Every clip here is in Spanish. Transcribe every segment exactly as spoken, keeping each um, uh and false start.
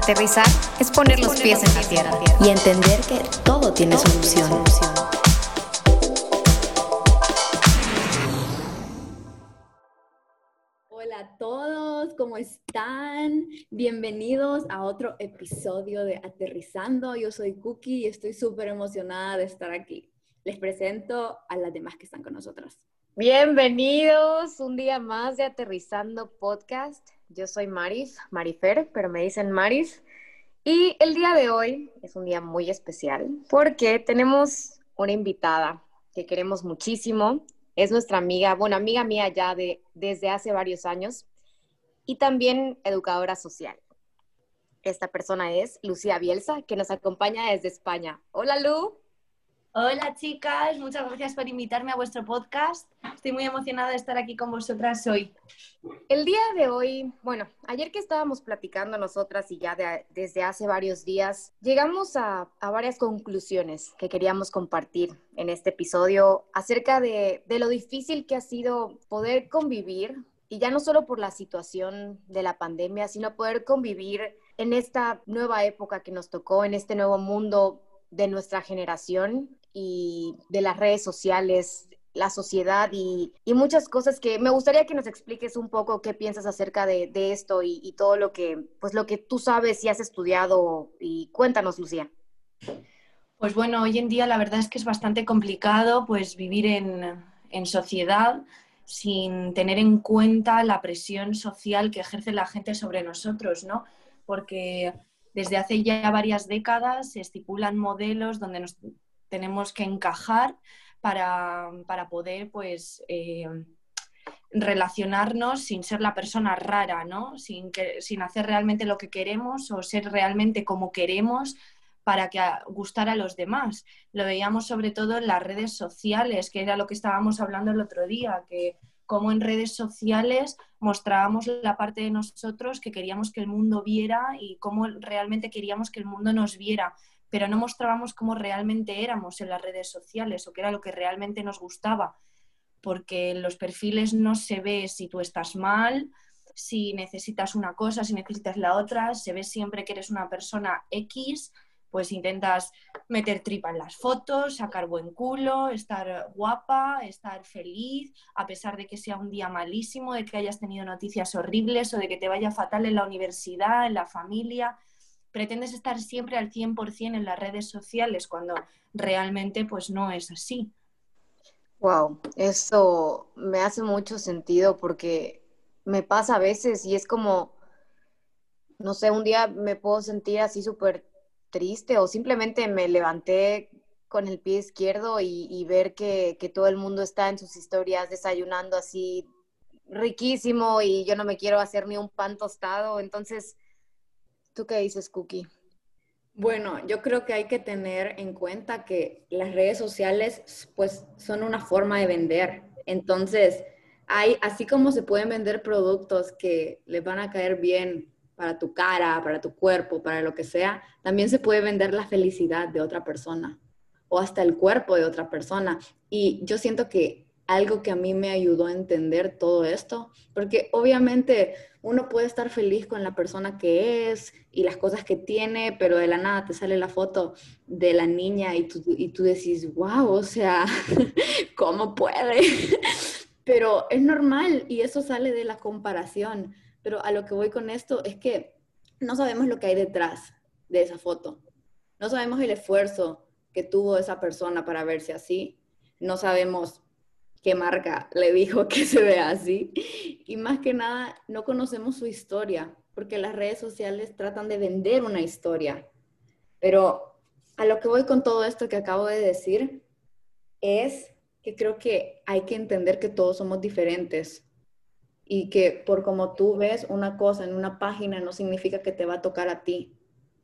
Aterrizar es poner los pies en la tierra y entender que todo tiene solución. Hola a todos, ¿cómo están? Bienvenidos a otro episodio de Aterrizando. Yo soy Cookie y estoy súper emocionada de estar aquí. Les presento a las demás que están con nosotras. Bienvenidos un día más de Aterrizando Podcast. Yo soy Maris, Marifer, pero me dicen Maris. Y el día de hoy es un día muy especial porque tenemos una invitada que queremos muchísimo. Es nuestra amiga, bueno, amiga mía ya de, desde hace varios años y también educadora social. Esta persona es Lucía Bielsa, que nos acompaña desde España. Hola, Lu. Hola, chicas. Muchas gracias por invitarme a vuestro podcast. Estoy muy emocionada de estar aquí con vosotras hoy. El día de hoy, bueno, ayer que estábamos platicando nosotras y ya de, desde hace varios días, llegamos a, a varias conclusiones que queríamos compartir en este episodio acerca de, de lo difícil que ha sido poder convivir, y ya no solo por la situación de la pandemia, sino poder convivir en esta nueva época que nos tocó, en este nuevo mundo de nuestra generación y de las redes sociales, la sociedad y, y muchas cosas que me gustaría que nos expliques un poco qué piensas acerca de, de esto y, y todo lo que, pues lo que tú sabes y has estudiado. Y cuéntanos, Lucía. Pues bueno, hoy en día la verdad es que es bastante complicado pues vivir en, en sociedad sin tener en cuenta la presión social que ejerce la gente sobre nosotros, ¿no? Porque desde hace ya varias décadas se estipulan modelos donde nos tenemos que encajar para, para poder pues, eh, relacionarnos sin ser la persona rara, ¿no? Sin, que, sin hacer realmente lo que queremos o ser realmente como queremos para que a, gustar a los demás. Lo veíamos sobre todo en las redes sociales, que era lo que estábamos hablando el otro día, que como en redes sociales mostrábamos la parte de nosotros que queríamos que el mundo viera y cómo realmente queríamos que el mundo nos viera, pero no mostrábamos cómo realmente éramos en las redes sociales o qué era lo que realmente nos gustaba, porque en los perfiles no se ve si tú estás mal, si necesitas una cosa, si necesitas la otra, se ve siempre que eres una persona X, pues intentas meter tripa en las fotos, sacar buen culo, estar guapa, estar feliz, a pesar de que sea un día malísimo, de que hayas tenido noticias horribles o de que te vaya fatal en la universidad, en la familia. Pretendes estar siempre al cien por ciento en las redes sociales cuando realmente pues no es así. Wow, eso me hace mucho sentido porque me pasa a veces y es como, no sé, un día me puedo sentir así súper triste o simplemente me levanté con el pie izquierdo y, y ver que, que todo el mundo está en sus historias desayunando así riquísimo y yo no me quiero hacer ni un pan tostado. Entonces, ¿tú qué dices, Cookie? Bueno, yo creo que hay que tener en cuenta que las redes sociales pues son una forma de vender. Entonces, hay, así como se pueden vender productos que les van a caer bien para tu cara, para tu cuerpo, para lo que sea, también se puede vender la felicidad de otra persona o hasta el cuerpo de otra persona. Y yo siento que algo que a mí me ayudó a entender todo esto, porque obviamente uno puede estar feliz con la persona que es y las cosas que tiene, pero de la nada te sale la foto de la niña y tú, y tú decís, wow, o sea, ¿cómo puede? Pero es normal y eso sale de la comparación. Pero a lo que voy con esto es que no sabemos lo que hay detrás de esa foto. No sabemos el esfuerzo que tuvo esa persona para verse así. No sabemos qué marca le dijo que se vea así. Y más que nada, no conocemos su historia, porque las redes sociales tratan de vender una historia. Pero a lo que voy con todo esto que acabo de decir es que creo que hay que entender que todos somos diferentes y que por como tú ves una cosa en una página no significa que te va a tocar a ti.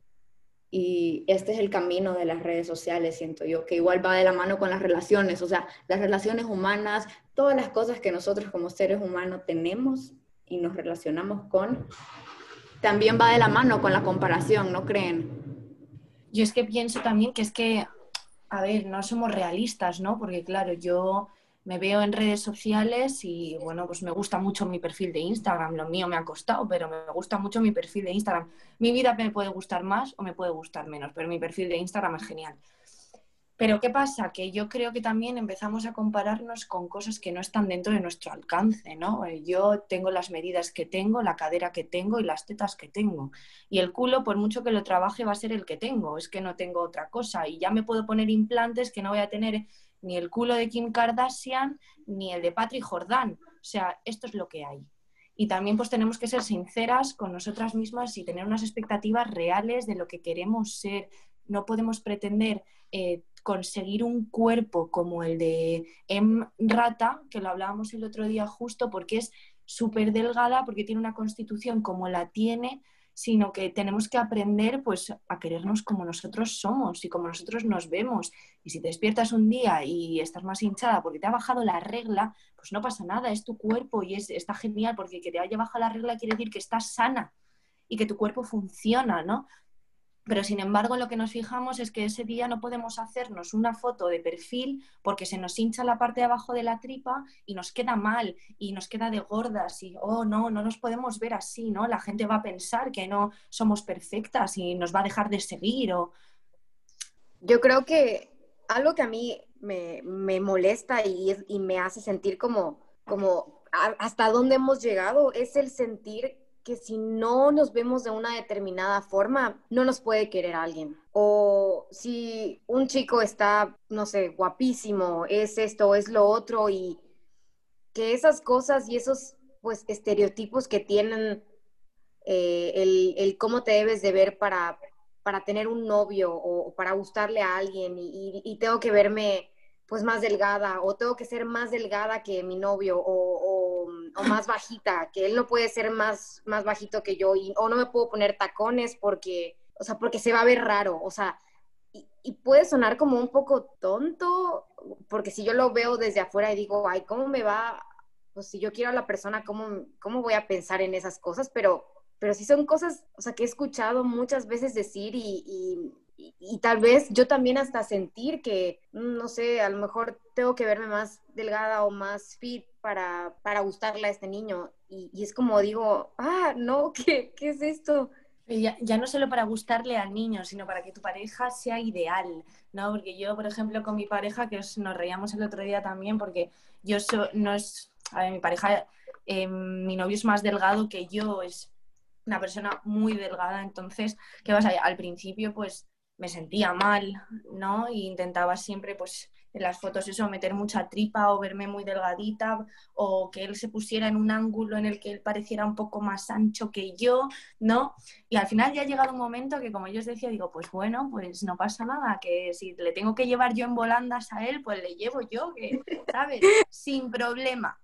Y este es el camino de las redes sociales, siento yo, que igual va de la mano con las relaciones, o sea, las relaciones humanas, todas las cosas que nosotros como seres humanos tenemos y nos relacionamos con, también va de la mano con la comparación, ¿no creen? Yo es que pienso también que es que, a ver, no somos realistas, ¿no? Porque claro, yo me veo en redes sociales y, bueno, pues me gusta mucho mi perfil de Instagram. Lo mío me ha costado, pero me gusta mucho mi perfil de Instagram. Mi vida me puede gustar más o me puede gustar menos, pero mi perfil de Instagram es genial. Pero ¿qué pasa? Que yo creo que también empezamos a compararnos con cosas que no están dentro de nuestro alcance, ¿no? Yo tengo las medidas que tengo, la cadera que tengo y las tetas que tengo. Y el culo, por mucho que lo trabaje, va a ser el que tengo. Es que no tengo otra cosa. Y ya me puedo poner implantes que no voy a tener ni el culo de Kim Kardashian ni el de Patrick Jordan. O sea, esto es lo que hay. Y también pues tenemos que ser sinceras con nosotras mismas y tener unas expectativas reales de lo que queremos ser. No podemos pretender eh, conseguir un cuerpo como el de Em Rata, que lo hablábamos el otro día justo, porque es súper delgada, porque tiene una constitución como la tiene, sino que tenemos que aprender pues, a querernos como nosotros somos y como nosotros nos vemos. Y si te despiertas un día y estás más hinchada porque te ha bajado la regla, pues no pasa nada, es tu cuerpo y es, está genial, porque que te haya bajado la regla quiere decir que estás sana y que tu cuerpo funciona, ¿no? Pero sin embargo lo que nos fijamos es que ese día no podemos hacernos una foto de perfil porque se nos hincha la parte de abajo de la tripa y nos queda mal y nos queda de gordas y oh no, no nos podemos ver así, ¿no? La gente va a pensar que no somos perfectas y nos va a dejar de seguir o... Yo creo que algo que a mí me, me molesta y, y me hace sentir como, como a, hasta dónde hemos llegado es el sentir que si no nos vemos de una determinada forma, no nos puede querer alguien. O si un chico está, no sé, guapísimo, es esto, es lo otro, y que esas cosas y esos, pues, estereotipos que tienen eh, el, el cómo te debes de ver para, para tener un novio o, o para gustarle a alguien y, y, y tengo que verme pues más delgada o tengo que ser más delgada que mi novio o, o, o más bajita, que él no puede ser más, más bajito que yo y, o no me puedo poner tacones porque, o sea, porque se va a ver raro, o sea, y, y puede sonar como un poco tonto, porque si yo lo veo desde afuera y digo, ay, ¿cómo me va? Pues si yo quiero a la persona, ¿cómo, cómo voy a pensar en esas cosas? Pero, pero sí son cosas, o sea, que he escuchado muchas veces decir y, y Y, y tal vez yo también hasta sentir que, no sé, a lo mejor tengo que verme más delgada o más fit para, para gustarle a este niño. Y, y es como digo, ah, no, ¿qué, qué es esto? Ya, ya no solo para gustarle al niño, sino para que tu pareja sea ideal, ¿no? Porque yo, por ejemplo, con mi pareja, que os, nos reíamos el otro día también, porque yo so, no es... A ver, mi pareja, eh, mi novio es más delgado que yo, es una persona muy delgada, entonces, ¿qué pasa? Al principio, pues, me sentía mal, ¿no? E intentaba siempre, pues, en las fotos eso, meter mucha tripa o verme muy delgadita o que él se pusiera en un ángulo en el que él pareciera un poco más ancho que yo, ¿no? Y al final ya ha llegado un momento que, como yo os decía, digo, pues bueno, pues no pasa nada, que si le tengo que llevar yo en volandas a él, pues le llevo yo, que, ¿sabes? Sin problema.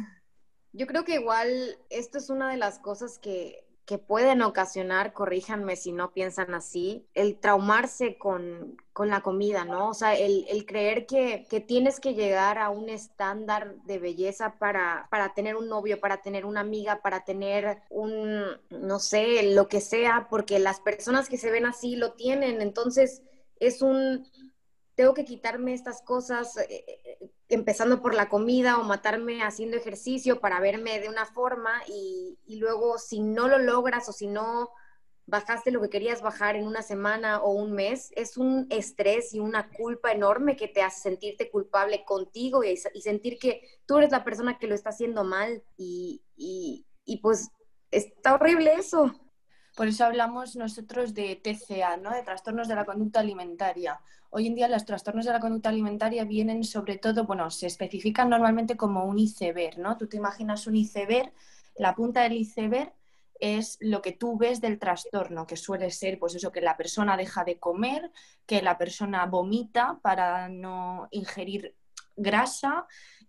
Yo creo que igual esto es una de las cosas que, que pueden ocasionar, corríjanme si no piensan así, el traumarse con, con la comida, ¿no? O sea, el, el creer que, que tienes que llegar a un estándar de belleza para, para tener un novio, para tener una amiga, para tener un, no sé, lo que sea, porque las personas que se ven así lo tienen. Entonces, es un... Tengo que quitarme estas cosas, eh, empezando por la comida o matarme haciendo ejercicio para verme de una forma y, y luego si no lo logras o si no bajaste lo que querías bajar en una semana o un mes, es un estrés y una culpa enorme que te hace sentirte culpable contigo y, y sentir que tú eres la persona que lo está haciendo mal y, y, y pues está horrible eso. Por eso hablamos nosotros de T C A, ¿no? De trastornos de la conducta alimentaria. Hoy en día los trastornos de la conducta alimentaria vienen sobre todo, bueno, se especifican normalmente como un iceberg, ¿no? Tú te imaginas un iceberg, la punta del iceberg es lo que tú ves del trastorno, que suele ser, pues eso, que la persona deja de comer, que la persona vomita para no ingerir grasa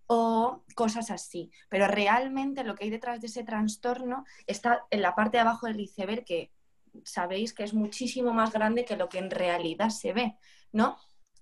o cosas así. Pero realmente lo que hay detrás de ese trastorno está en la parte de abajo del iceberg, que sabéis que es muchísimo más grande que lo que en realidad se ve, ¿no?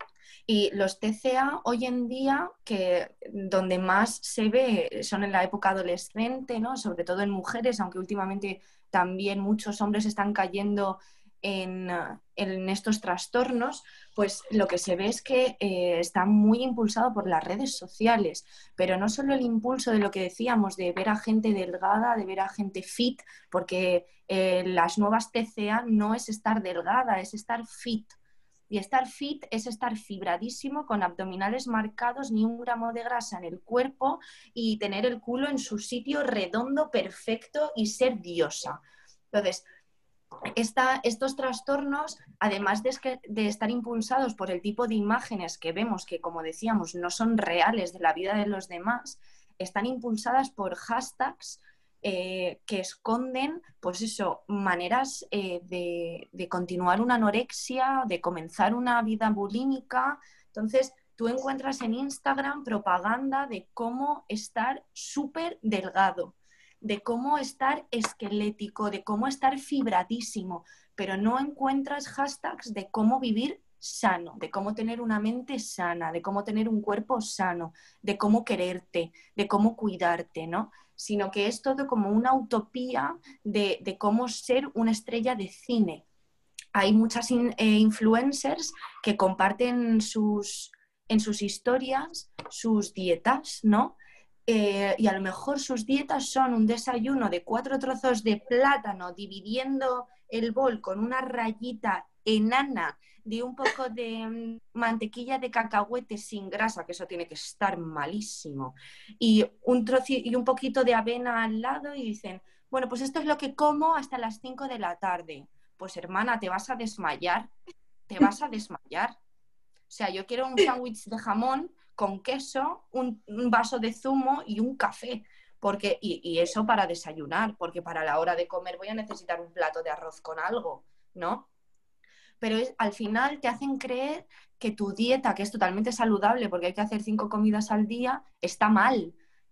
Y los T C A hoy en día, que donde más se ve son en la época adolescente, ¿no? Sobre todo en mujeres, aunque últimamente también muchos hombres están cayendo en, en estos trastornos, pues lo que se ve es que eh, está muy impulsado por las redes sociales, pero no solo el impulso de lo que decíamos, de ver a gente delgada, de ver a gente fit, porque eh, las nuevas T C A no es estar delgada, es estar fit. Y estar fit es estar fibradísimo, con abdominales marcados, ni un gramo de grasa en el cuerpo y tener el culo en su sitio redondo, perfecto y ser diosa. Entonces, esta, estos trastornos, además de, que, de estar impulsados por el tipo de imágenes que vemos, que como decíamos no son reales de la vida de los demás, están impulsadas por hashtags Eh, que esconden, pues eso, maneras eh, de, de continuar una anorexia, de comenzar una vida bulímica. Entonces, tú encuentras en Instagram propaganda de cómo estar súper delgado, de cómo estar esquelético, de cómo estar fibradísimo, pero no encuentras hashtags de cómo vivir sano, de cómo tener una mente sana, de cómo tener un cuerpo sano, de cómo quererte, de cómo cuidarte, ¿no? Sino que es todo como una utopía de, de cómo ser una estrella de cine. Hay muchas in, eh, influencers que comparten sus, en sus historias sus dietas, ¿no? Eh, y a lo mejor sus dietas son un desayuno de cuatro trozos de plátano dividiendo el bol con una rayita enana de un poco de um, mantequilla de cacahuete sin grasa, que eso tiene que estar malísimo, y un, troci- y un poquito de avena al lado y dicen, bueno, pues esto es lo que como hasta las cinco de la tarde. Pues hermana, te vas a desmayar, te vas a desmayar. O sea, yo quiero un sándwich de jamón con queso, un, un vaso de zumo y un café. Porque, y, y eso para desayunar, porque para la hora de comer voy a necesitar un plato de arroz con algo, ¿no? Pero es, al final te hacen creer que tu dieta, que es totalmente saludable porque hay que hacer cinco comidas al día, está mal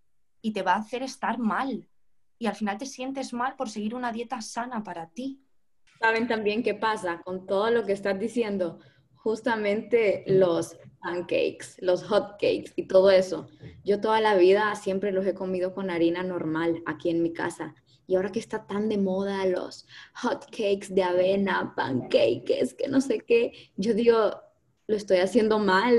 y te va a hacer estar mal. Y al final te sientes mal por seguir una dieta sana para ti. ¿Saben también qué pasa con todo lo que estás diciendo? Justamente los pancakes, los hot cakes y todo eso. Yo toda la vida siempre los he comido con harina normal aquí en mi casa. Y ahora que está tan de moda los hot cakes de avena, pancakes, que no sé qué, yo digo, lo estoy haciendo mal.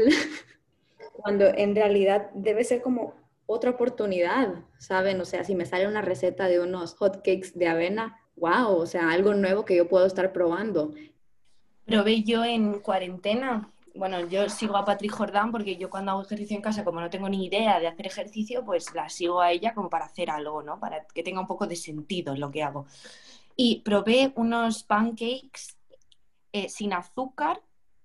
Cuando en realidad debe ser como otra oportunidad, ¿saben? O sea, si me sale una receta de unos hot cakes de avena, wow, o sea, algo nuevo que yo puedo estar probando. Probé yo en cuarentena. Bueno, yo sigo a Patri Jordán porque yo cuando hago ejercicio en casa, como no tengo ni idea de hacer ejercicio, pues la sigo a ella como para hacer algo, ¿no? Para que tenga un poco de sentido lo que hago. Y probé unos pancakes eh, sin azúcar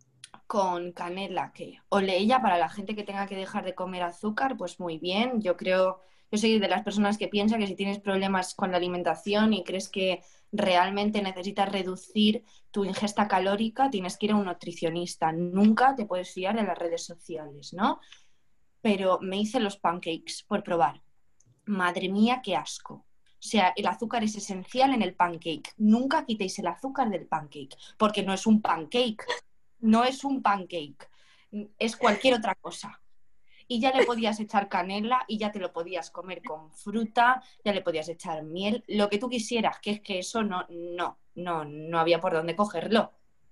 con canela, que ole ella, para la gente que tenga que dejar de comer azúcar, pues muy bien. Yo creo, yo soy de las personas que piensa que si tienes problemas con la alimentación y crees que realmente necesitas reducir tu ingesta calórica, tienes que ir a un nutricionista. Nunca te puedes fiar de las redes sociales, ¿no? Pero me hice los pancakes por probar. Madre mía, qué asco. O sea, el azúcar es esencial en el pancake. Nunca quitéis el azúcar del pancake, porque no es un pancake. No es un pancake, es cualquier otra cosa. Y ya le podías echar canela y ya te lo podías comer con fruta, ya le podías echar miel, lo que tú quisieras, que es que eso no, no, no, no había por dónde cogerlo.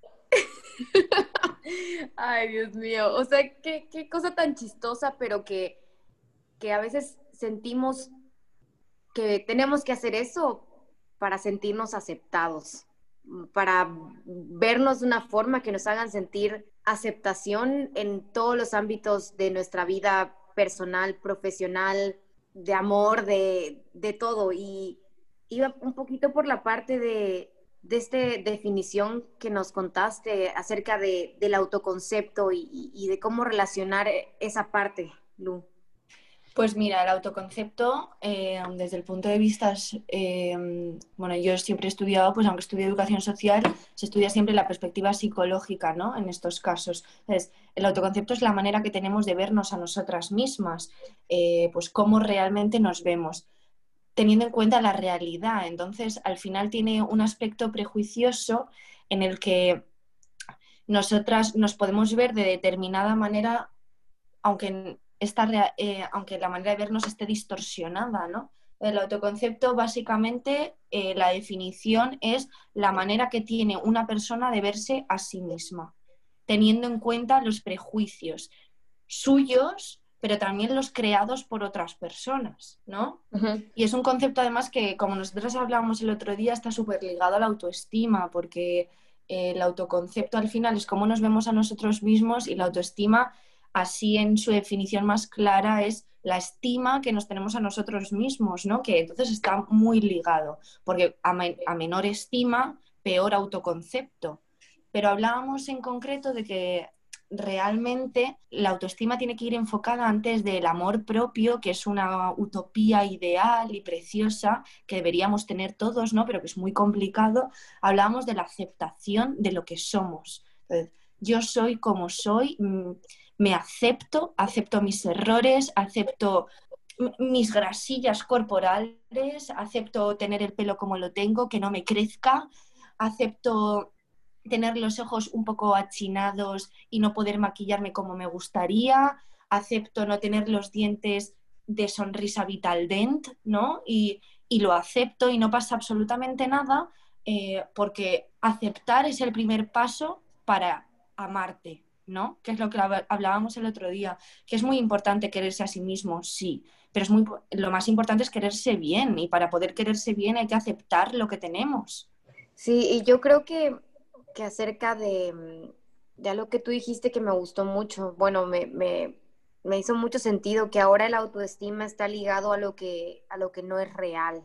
Ay, Dios mío, o sea, qué, qué cosa tan chistosa, pero que, que a veces sentimos que tenemos que hacer eso para sentirnos aceptados, para vernos de una forma que nos hagan sentir aceptación en todos los ámbitos de nuestra vida personal, profesional, de amor, de, de todo. Y iba un poquito por la parte de, de esta definición que nos contaste acerca de, del autoconcepto y, y, y de cómo relacionar esa parte, Lu. Pues mira, el autoconcepto, eh, desde el punto de vista, eh, bueno, yo siempre he estudiado, pues aunque estudié educación social, se estudia siempre la perspectiva psicológica, ¿no? En estos casos. Entonces, el autoconcepto es la manera que tenemos de vernos a nosotras mismas, eh, pues cómo realmente nos vemos, teniendo en cuenta la realidad. Entonces, al final tiene un aspecto prejuicioso en el que nosotras nos podemos ver de determinada manera, aunque esta, eh, aunque la manera de vernos esté distorsionada, ¿no? El autoconcepto, básicamente, eh, la definición es la manera que tiene una persona de verse a sí misma, teniendo en cuenta los prejuicios suyos, pero también los creados por otras personas, ¿no? Ujú. Y es un concepto, además, que, como nosotros hablábamos el otro día, está súper ligado a la autoestima, porque eh, el autoconcepto al final es cómo nos vemos a nosotros mismos, y la autoestima, así en su definición más clara, es la estima que nos tenemos a nosotros mismos, ¿no? Que entonces está muy ligado, porque a, me- a menor estima, peor autoconcepto. Pero hablábamos en concreto de que realmente la autoestima tiene que ir enfocada antes del amor propio, que es una utopía ideal y preciosa que deberíamos tener todos, ¿no? Pero que es muy complicado. Hablábamos de la aceptación de lo que somos. Entonces, yo soy como soy, mm, me acepto, acepto mis errores, acepto m- mis grasillas corporales, acepto tener el pelo como lo tengo, que no me crezca, acepto tener los ojos un poco achinados y no poder maquillarme como me gustaría, acepto no tener los dientes de sonrisa Vital Dent, ¿no? Y, y lo acepto y no pasa absolutamente nada, eh, porque aceptar es el primer paso para amarte, ¿no? Que es lo que hab- hablábamos el otro día, que es muy importante quererse a sí mismo, sí, pero es muy, lo más importante es quererse bien, y para poder quererse bien hay que aceptar lo que tenemos. Sí, y yo creo que, que acerca de, mm, de algo que tú dijiste que me gustó mucho, bueno, me, me, me hizo mucho sentido que ahora el autoestima está ligado a lo que, a lo que no es real.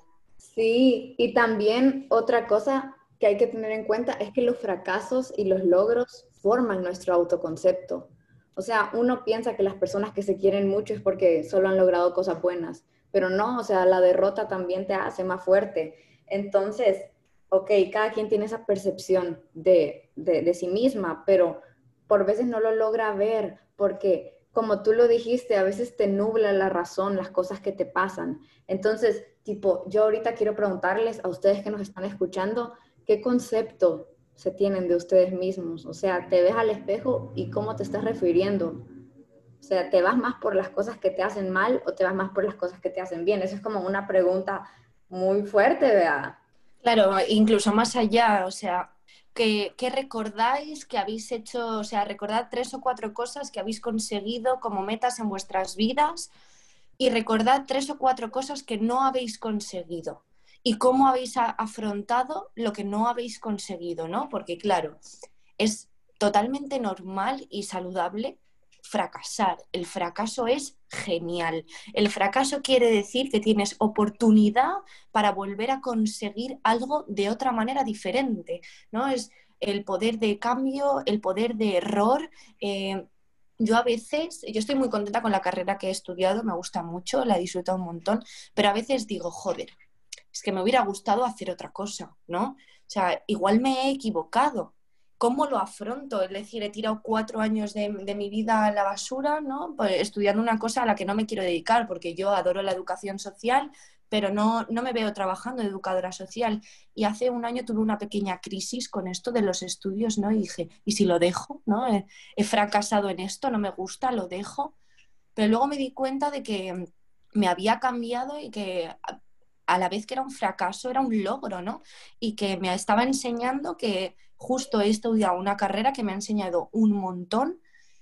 Sí, y también otra cosa que hay que tener en cuenta es que los fracasos y los logros forman nuestro autoconcepto. O sea, uno piensa que las personas que se quieren mucho es porque solo han logrado cosas buenas, pero no, o sea, la derrota también te hace más fuerte. Entonces, ok, cada quien tiene esa percepción de, de, de sí misma, pero por veces no lo logra ver porque, como tú lo dijiste, a veces te nubla la razón, las cosas que te pasan. Entonces, tipo, yo ahorita quiero preguntarles a ustedes que nos están escuchando, ¿qué concepto se tienen de ustedes mismos? O sea, ¿te ves al espejo y cómo te estás refiriendo? O sea, ¿te vas más por las cosas que te hacen mal o te vas más por las cosas que te hacen bien? Eso es como una pregunta muy fuerte, ¿verdad? Claro, incluso más allá, o sea, ¿qué, qué recordáis que habéis hecho? O sea, recordad tres o cuatro cosas que habéis conseguido como metas en vuestras vidas, y recordad tres o cuatro cosas que no habéis conseguido y cómo habéis a- afrontado lo que no habéis conseguido, ¿no? Porque claro, es totalmente normal y saludable fracasar. El fracaso es genial. El fracaso quiere decir que tienes oportunidad para volver a conseguir algo de otra manera diferente, ¿no? Es el poder de cambio, el poder de error. Eh, yo a veces, yo estoy muy contenta con la carrera que he estudiado, me gusta mucho, la he disfrutado un montón, pero a veces digo, joder, es que me hubiera gustado hacer otra cosa, ¿no? O sea, igual me he equivocado. ¿Cómo lo afronto? Es decir, he tirado cuatro años de, de mi vida a la basura, ¿no? Pues estudiando una cosa a la que no me quiero dedicar, porque yo adoro la educación social, pero no, no me veo trabajando de educadora social. Y hace un año tuve una pequeña crisis con esto de los estudios, ¿no? Y dije, ¿y si lo dejo? ¿No? He, he fracasado en esto, no me gusta, lo dejo. Pero luego me di cuenta de que me había cambiado y que a, a la vez que era un fracaso, era un logro, ¿no? Y que me estaba enseñando que justo he estudiado una carrera que me ha enseñado un montón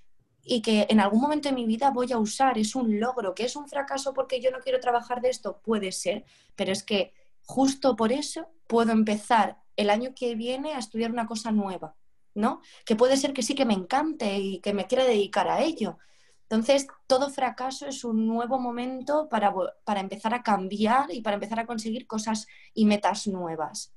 y que en algún momento de mi vida voy a usar. Es un logro. ¿Que es un fracaso porque yo no quiero trabajar de esto? Puede ser, pero es que justo por eso puedo empezar el año que viene a estudiar una cosa nueva, ¿no? Que puede ser que sí que me encante y que me quiera dedicar a ello. Entonces, todo fracaso es un nuevo momento para, vo- para empezar a cambiar y para empezar a conseguir cosas y metas nuevas.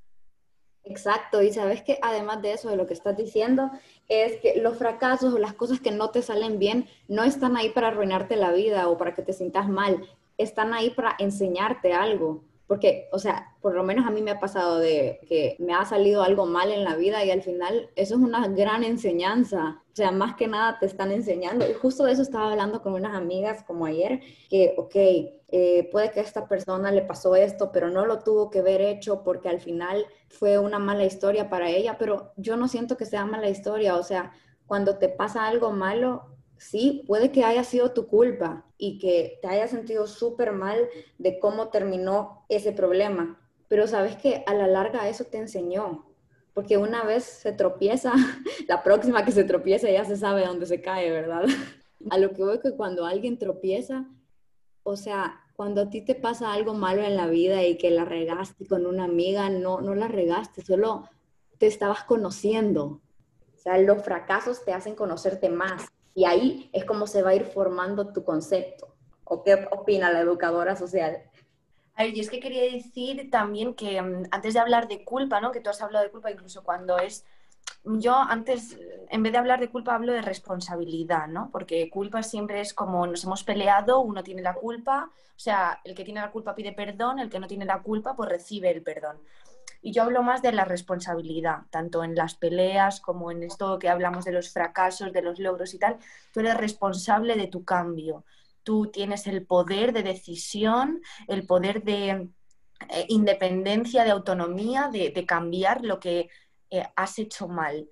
Exacto, y sabes que además de eso, de lo que estás diciendo, es que los fracasos o las cosas que no te salen bien no están ahí para arruinarte la vida o para que te sientas mal, están ahí para enseñarte algo. Porque, o sea, por lo menos a mí me ha pasado de que me ha salido algo mal en la vida y al final eso es una gran enseñanza. O sea, más que nada te están enseñando. Y justo de eso estaba hablando con unas amigas como ayer, que, ok, eh, puede que a esta persona le pasó esto, pero no lo tuvo que haber hecho porque al final fue una mala historia para ella, pero yo no siento que sea mala historia, o sea, cuando te pasa algo malo, sí, puede que haya sido tu culpa y que te hayas sentido súper mal de cómo terminó ese problema, pero sabes que a la larga eso te enseñó, porque una vez se tropieza, la próxima que se tropieza ya se sabe dónde se cae, ¿verdad? A lo que voy que cuando alguien tropieza, o sea, cuando a ti te pasa algo malo en la vida y que la regaste con una amiga, no, no la regaste, solo te estabas conociendo. O sea, los fracasos te hacen conocerte más y ahí es como se va a ir formando tu concepto. ¿O qué opina la educadora social? A ver, yo es que quería decir también que mm, antes de hablar de culpa, ¿no? Que tú has hablado de culpa incluso cuando es... Yo antes, en vez de hablar de culpa, hablo de responsabilidad, ¿no? Porque culpa siempre es como nos hemos peleado, uno tiene la culpa, o sea, el que tiene la culpa pide perdón, el que no tiene la culpa pues recibe el perdón. Y yo hablo más de la responsabilidad, tanto en las peleas como en esto que hablamos de los fracasos, de los logros y tal. Tú eres responsable de tu cambio. Tú tienes el poder de decisión, el poder de eh, independencia, de autonomía, de, de cambiar lo que eh, has hecho mal.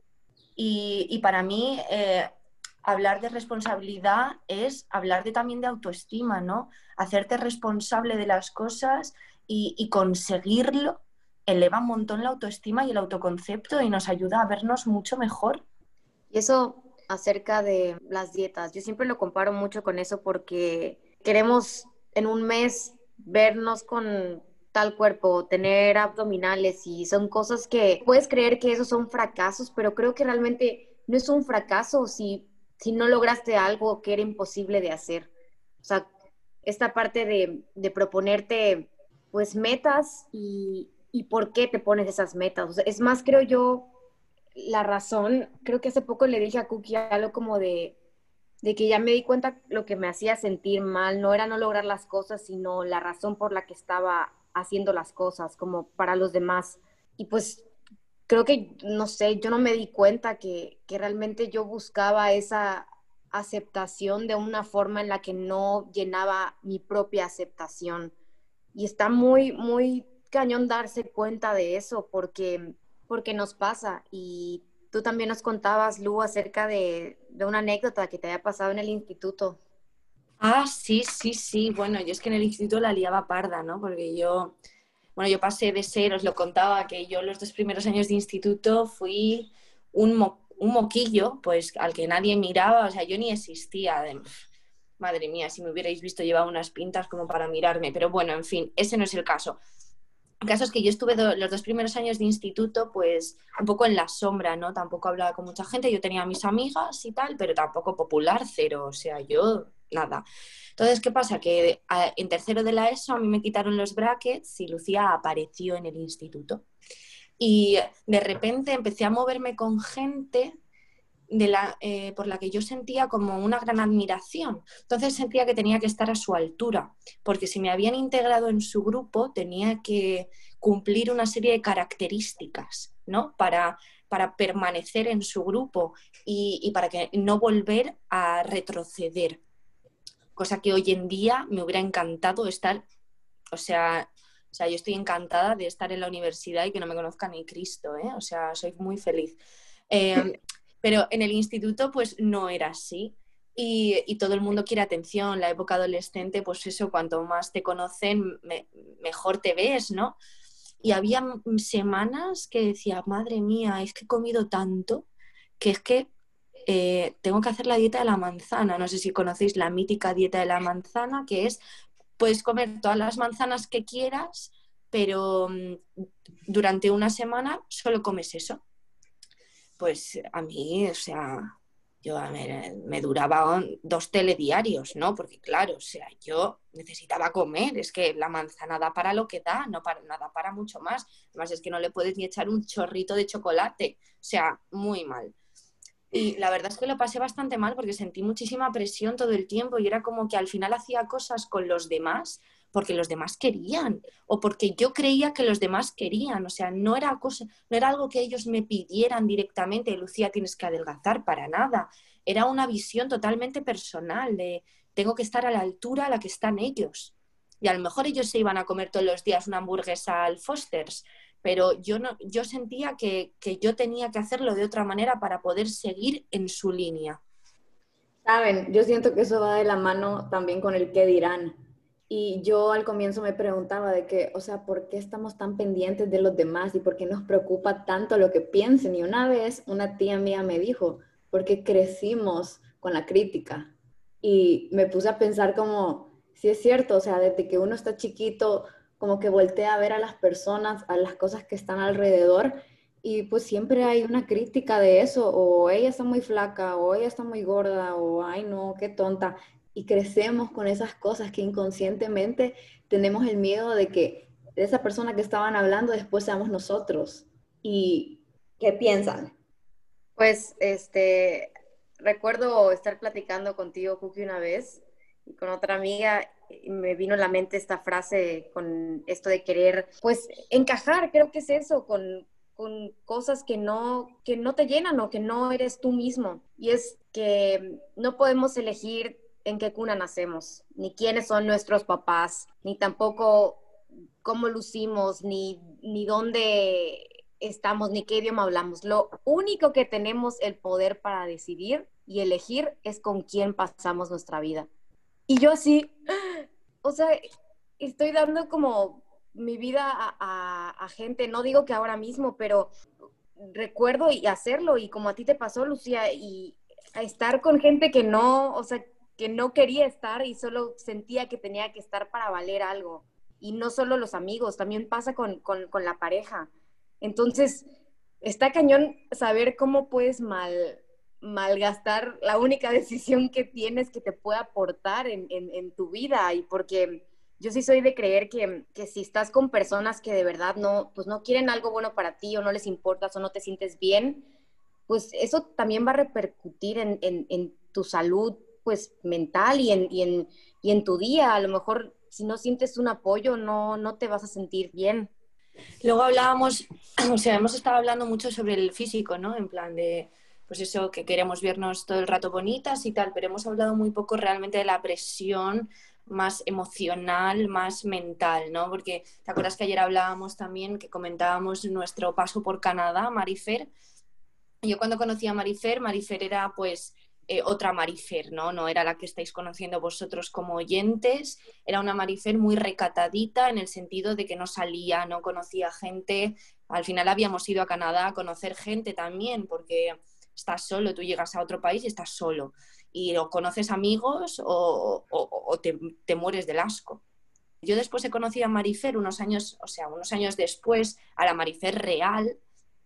Y, y para mí, eh, hablar de responsabilidad es hablar de, también de autoestima, ¿no? Hacerte responsable de las cosas y, y conseguirlo eleva un montón la autoestima y el autoconcepto y nos ayuda a vernos mucho mejor. Y eso acerca de las dietas, yo siempre lo comparo mucho con eso porque queremos en un mes vernos con tal cuerpo, tener abdominales y son cosas que puedes creer que esos son fracasos, pero creo que realmente no es un fracaso si, si no lograste algo que era imposible de hacer. O sea, esta parte de, de proponerte pues metas y, y por qué te pones esas metas. O sea, es más, creo yo, la razón, creo que hace poco le dije a Cookie algo como de, de que ya me di cuenta lo que me hacía sentir mal, no era no lograr las cosas, sino la razón por la que estaba haciendo las cosas, como para los demás. Y pues creo que, no sé, yo no me di cuenta que, que realmente yo buscaba esa aceptación de una forma en la que no llenaba mi propia aceptación. Y está muy, muy cañón darse cuenta de eso porque, porque nos pasa. Y tú también nos contabas, Lu, acerca de, de una anécdota que te había pasado en el instituto. Ah, sí, sí, sí. Bueno, yo es que en el instituto la liaba parda, ¿no? Porque yo, bueno, yo pasé de ser, os lo contaba, que yo los dos primeros años de instituto fui un, mo un moquillo, pues al que nadie miraba, o sea, yo ni existía. De, madre mía, si me hubierais visto llevaba unas pintas como para mirarme, pero bueno, en fin, ese no es el caso. El caso es que yo estuve do los dos primeros años de instituto pues un poco en la sombra, ¿no? Tampoco hablaba con mucha gente, yo tenía mis amigas y tal, pero tampoco popular, cero, o sea, yo nada. Entonces, ¿qué pasa? Que a, en tercero de la ESO a mí me quitaron los brackets y Lucía apareció en el instituto. Y de repente empecé a moverme con gente de la, eh, por la que yo sentía como una gran admiración. Entonces sentía que tenía que estar a su altura, porque si me habían integrado en su grupo tenía que cumplir una serie de características, ¿no? Para, para permanecer en su grupo y, y para que no volver a retroceder. Cosa que hoy en día me hubiera encantado estar, o sea, o sea, yo estoy encantada de estar en la universidad y que no me conozca ni Cristo, ¿eh? O sea, soy muy feliz. Eh, Pero en el instituto pues no era así y, y todo el mundo quiere atención. La época adolescente, pues eso, cuanto más te conocen, me, mejor te ves, ¿no? Y había semanas que decía, madre mía, es que he comido tanto que es que eh, tengo que hacer la dieta de la manzana. No sé si conocéis la mítica dieta de la manzana, que es, puedes comer todas las manzanas que quieras, pero um, durante una semana solo comes eso. Pues a mí, o sea, yo a ver, me duraba dos telediarios, ¿no? Porque claro, o sea, yo necesitaba comer, es que la manzana da para lo que da, no para nada, para mucho más. Además es que no le puedes ni echar un chorrito de chocolate, o sea, muy mal. Y la verdad es que lo pasé bastante mal porque sentí muchísima presión todo el tiempo y era como que al final hacía cosas con los demás porque los demás querían o porque yo creía que los demás querían. O sea, no era, cosa, no era algo que ellos me pidieran directamente, Lucía, tienes que adelgazar, para nada. Era una visión totalmente personal de tengo que estar a la altura a la que están ellos. Y a lo mejor ellos se iban a comer todos los días una hamburguesa al Foster's, pero yo, no, yo sentía que, que yo tenía que hacerlo de otra manera para poder seguir en su línea. Saben, yo siento que eso va de la mano también con el qué dirán. Y yo al comienzo me preguntaba de que, o sea, ¿por qué estamos tan pendientes de los demás y por qué nos preocupa tanto lo que piensen? Y una vez una tía mía me dijo, porque crecimos con la crítica. Y me puse a pensar como, sí es cierto, o sea, desde que uno está chiquito, como que voltea a ver a las personas, a las cosas que están alrededor, y pues siempre hay una crítica de eso, o ella está muy flaca, o ella está muy gorda, o ay no, qué tonta. Y crecemos con esas cosas que inconscientemente tenemos el miedo de que de esa persona que estaban hablando después seamos nosotros. ¿Y qué piensan? Pues, este, recuerdo estar platicando contigo, Cookie, una vez, y con otra amiga, y me vino a la mente esta frase con esto de querer, pues, encajar, creo que es eso, con, con cosas que no, que no te llenan o que no eres tú mismo. Y es que no podemos elegir en qué cuna nacemos, ni quiénes son nuestros papás, ni tampoco cómo lucimos, ni, ni dónde estamos, ni qué idioma hablamos. Lo único que tenemos el poder para decidir y elegir es con quién pasamos nuestra vida. Y yo así, o sea, estoy dando como mi vida a, a, a gente, no digo que ahora mismo, pero recuerdo y hacerlo, y como a ti te pasó, Lucía, y a estar con gente que no, o sea, que no quería estar y solo sentía que tenía que estar para valer algo. Y no solo los amigos, también pasa con, con, con la pareja. Entonces, está cañón saber cómo puedes mal, malgastar la única decisión que tienes que te pueda aportar en, en, en tu vida. Y porque yo sí soy de creer que, que si estás con personas que de verdad no, pues no quieren algo bueno para ti, o no les importas, o no te sientes bien, pues eso también va a repercutir en, en, en tu salud, pues mental, y en, y, en, y en tu día. A lo mejor si no sientes un apoyo, no, no te vas a sentir bien. Luego hablábamos, o sea, hemos estado hablando mucho sobre el físico, ¿no? En plan de, pues eso, que queremos vernos todo el rato bonitas y tal, pero hemos hablado muy poco realmente de la presión más emocional, más mental, ¿no? Porque te acuerdas que ayer hablábamos también, que comentábamos nuestro paso por Canadá, Marifer. Yo cuando conocí a Marifer, Marifer era pues eh, otra Marifer, ¿no? No era la que estáis conociendo vosotros como oyentes, era una Marifer muy recatadita en el sentido de que no salía, no conocía gente. Al final habíamos ido a Canadá a conocer gente también, porque estás solo, tú llegas a otro país y estás solo. Y o conoces amigos o, o, o te, te mueres del asco. Yo después he conocido a Marifer unos años, o sea, unos años después, a la Marifer real.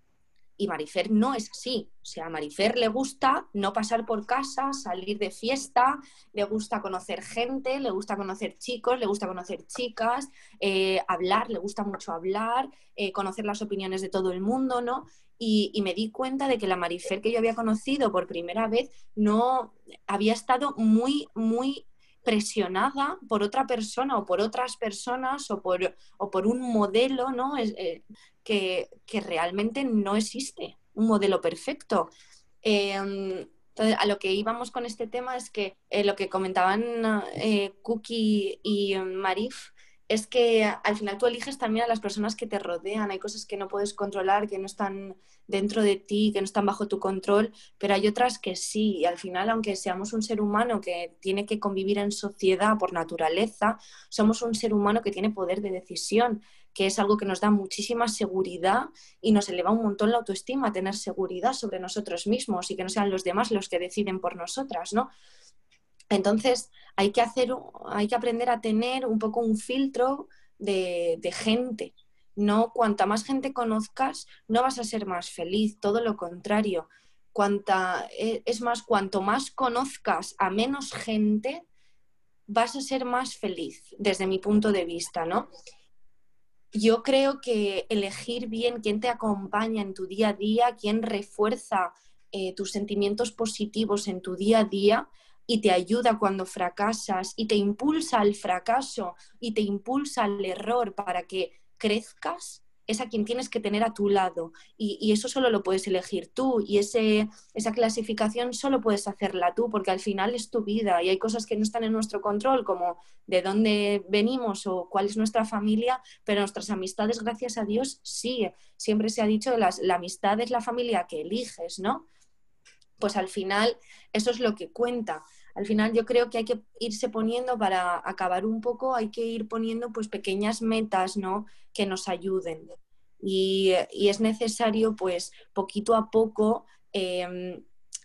Y Marifer no es así. O sea, a Marifer le gusta no pasar por casa, salir de fiesta, le gusta conocer gente, le gusta conocer chicos, le gusta conocer chicas, eh, hablar, le gusta mucho hablar, eh, conocer las opiniones de todo el mundo, ¿no? Y, y me di cuenta de que la Marifer que yo había conocido por primera vez no había estado muy, muy presionada por otra persona o por otras personas o por, o por un modelo, ¿no? Es, eh, que, que realmente no existe un modelo perfecto. Eh, entonces, a lo que íbamos con este tema es que eh, lo que comentaban eh, Cookie y Marif es que al final tú eliges también a las personas que te rodean. Hay cosas que no puedes controlar, que no están dentro de ti, que no están bajo tu control, pero hay otras que sí. Y al final, aunque seamos un ser humano que tiene que convivir en sociedad por naturaleza, somos un ser humano que tiene poder de decisión, que es algo que nos da muchísima seguridad y nos eleva un montón la autoestima, tener seguridad sobre nosotros mismos y que no sean los demás los que deciden por nosotras, ¿no? Entonces hay que hacer, hay que aprender a tener un poco un filtro de, de gente. No, cuanta más gente conozcas, no vas a ser más feliz, todo lo contrario. Cuanta, es más, cuanto más conozcas a menos gente, vas a ser más feliz, desde mi punto de vista, ¿no? Yo creo que elegir bien quién te acompaña en tu día a día, quién refuerza eh, tus sentimientos positivos en tu día a día y te ayuda cuando fracasas y te impulsa al fracaso y te impulsa al error para que crezcas, es a quien tienes que tener a tu lado. Y, y eso solo lo puedes elegir tú, y ese, esa clasificación solo puedes hacerla tú, porque al final es tu vida y hay cosas que no están en nuestro control, como de dónde venimos o cuál es nuestra familia, pero nuestras amistades, gracias a Dios, sí. Siempre se ha dicho que las, la amistad es la familia que eliges, ¿no? pues al final eso es lo que cuenta. Al final yo creo que hay que irse poniendo, para acabar un poco, hay que ir poniendo pues pequeñas metas, ¿no?, que nos ayuden. Y, y es necesario pues poquito a poco eh,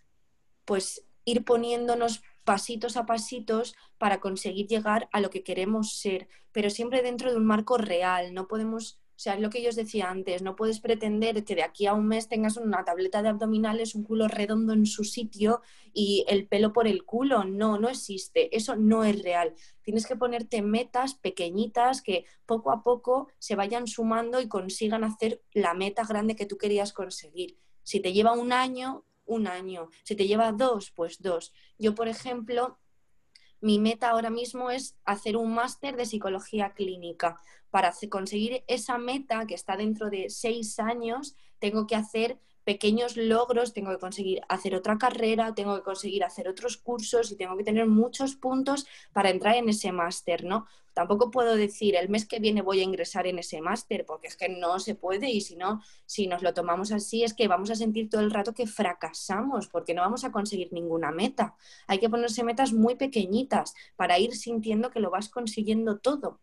pues ir poniéndonos pasitos a pasitos para conseguir llegar a lo que queremos ser, pero siempre dentro de un marco real. No podemos, o sea, es lo que yo os decía antes, no puedes pretender que de aquí a un mes tengas una tableta de abdominales, un culo redondo en su sitio y el pelo por el culo. No, no existe, eso no es real. Tienes que ponerte metas pequeñitas que poco a poco se vayan sumando y consigan hacer la meta grande que tú querías conseguir. Si te lleva un año, un año. Si te lleva dos, pues dos. Yo, por ejemplo, mi meta ahora mismo es hacer un máster de psicología clínica. Para conseguir esa meta, que está dentro de seis años, tengo que hacer pequeños logros, tengo que conseguir hacer otra carrera, tengo que conseguir hacer otros cursos y tengo que tener muchos puntos para entrar en ese máster, ¿no? Tampoco puedo decir el mes que viene voy a ingresar en ese máster, porque es que no se puede, y si no, si nos lo tomamos así es que vamos a sentir todo el rato que fracasamos, porque no vamos a conseguir ninguna meta. Hay que ponerse metas muy pequeñitas para ir sintiendo que lo vas consiguiendo todo.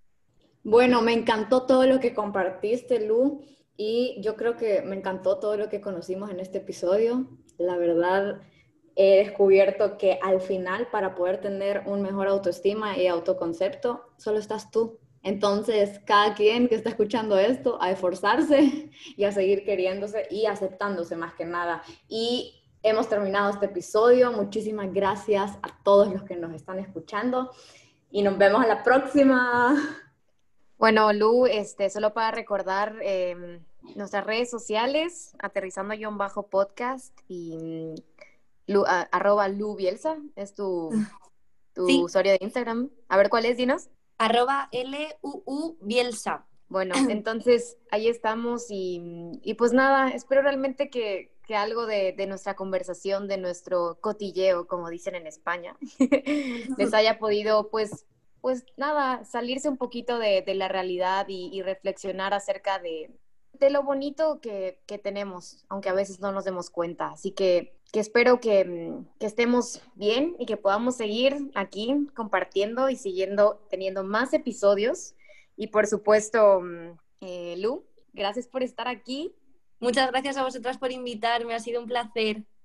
Bueno, me encantó todo lo que compartiste, Lu, y yo creo que me encantó todo lo que conocimos en este episodio. La verdad, he descubierto que al final, para poder tener un mejor autoestima y autoconcepto, solo estás tú. Entonces, cada quien que está escuchando esto, a esforzarse y a seguir queriéndose y aceptándose más que nada. Y hemos terminado este episodio. Muchísimas gracias a todos los que nos están escuchando y nos vemos a la próxima. Bueno, Lu, este, solo para recordar eh, nuestras redes sociales, aterrizando-podcast y Lu, a, arroba Lu Bielsa, es tu, tu Sí. usuario de Instagram. A ver, ¿cuál es, dinos? Arroba L U U Bielsa. Bueno, entonces ahí estamos y, y pues nada, espero realmente que, que algo de, de nuestra conversación, de nuestro cotilleo, como dicen en España, les haya podido pues, pues nada, salirse un poquito de, de la realidad y, y reflexionar acerca de, de lo bonito que, que tenemos, aunque a veces no nos demos cuenta. Así que, que espero que, que estemos bien y que podamos seguir aquí compartiendo y siguiendo teniendo más episodios. Y por supuesto, eh, Lu, gracias por estar aquí. Muchas gracias a vosotras por invitarme, ha sido un placer.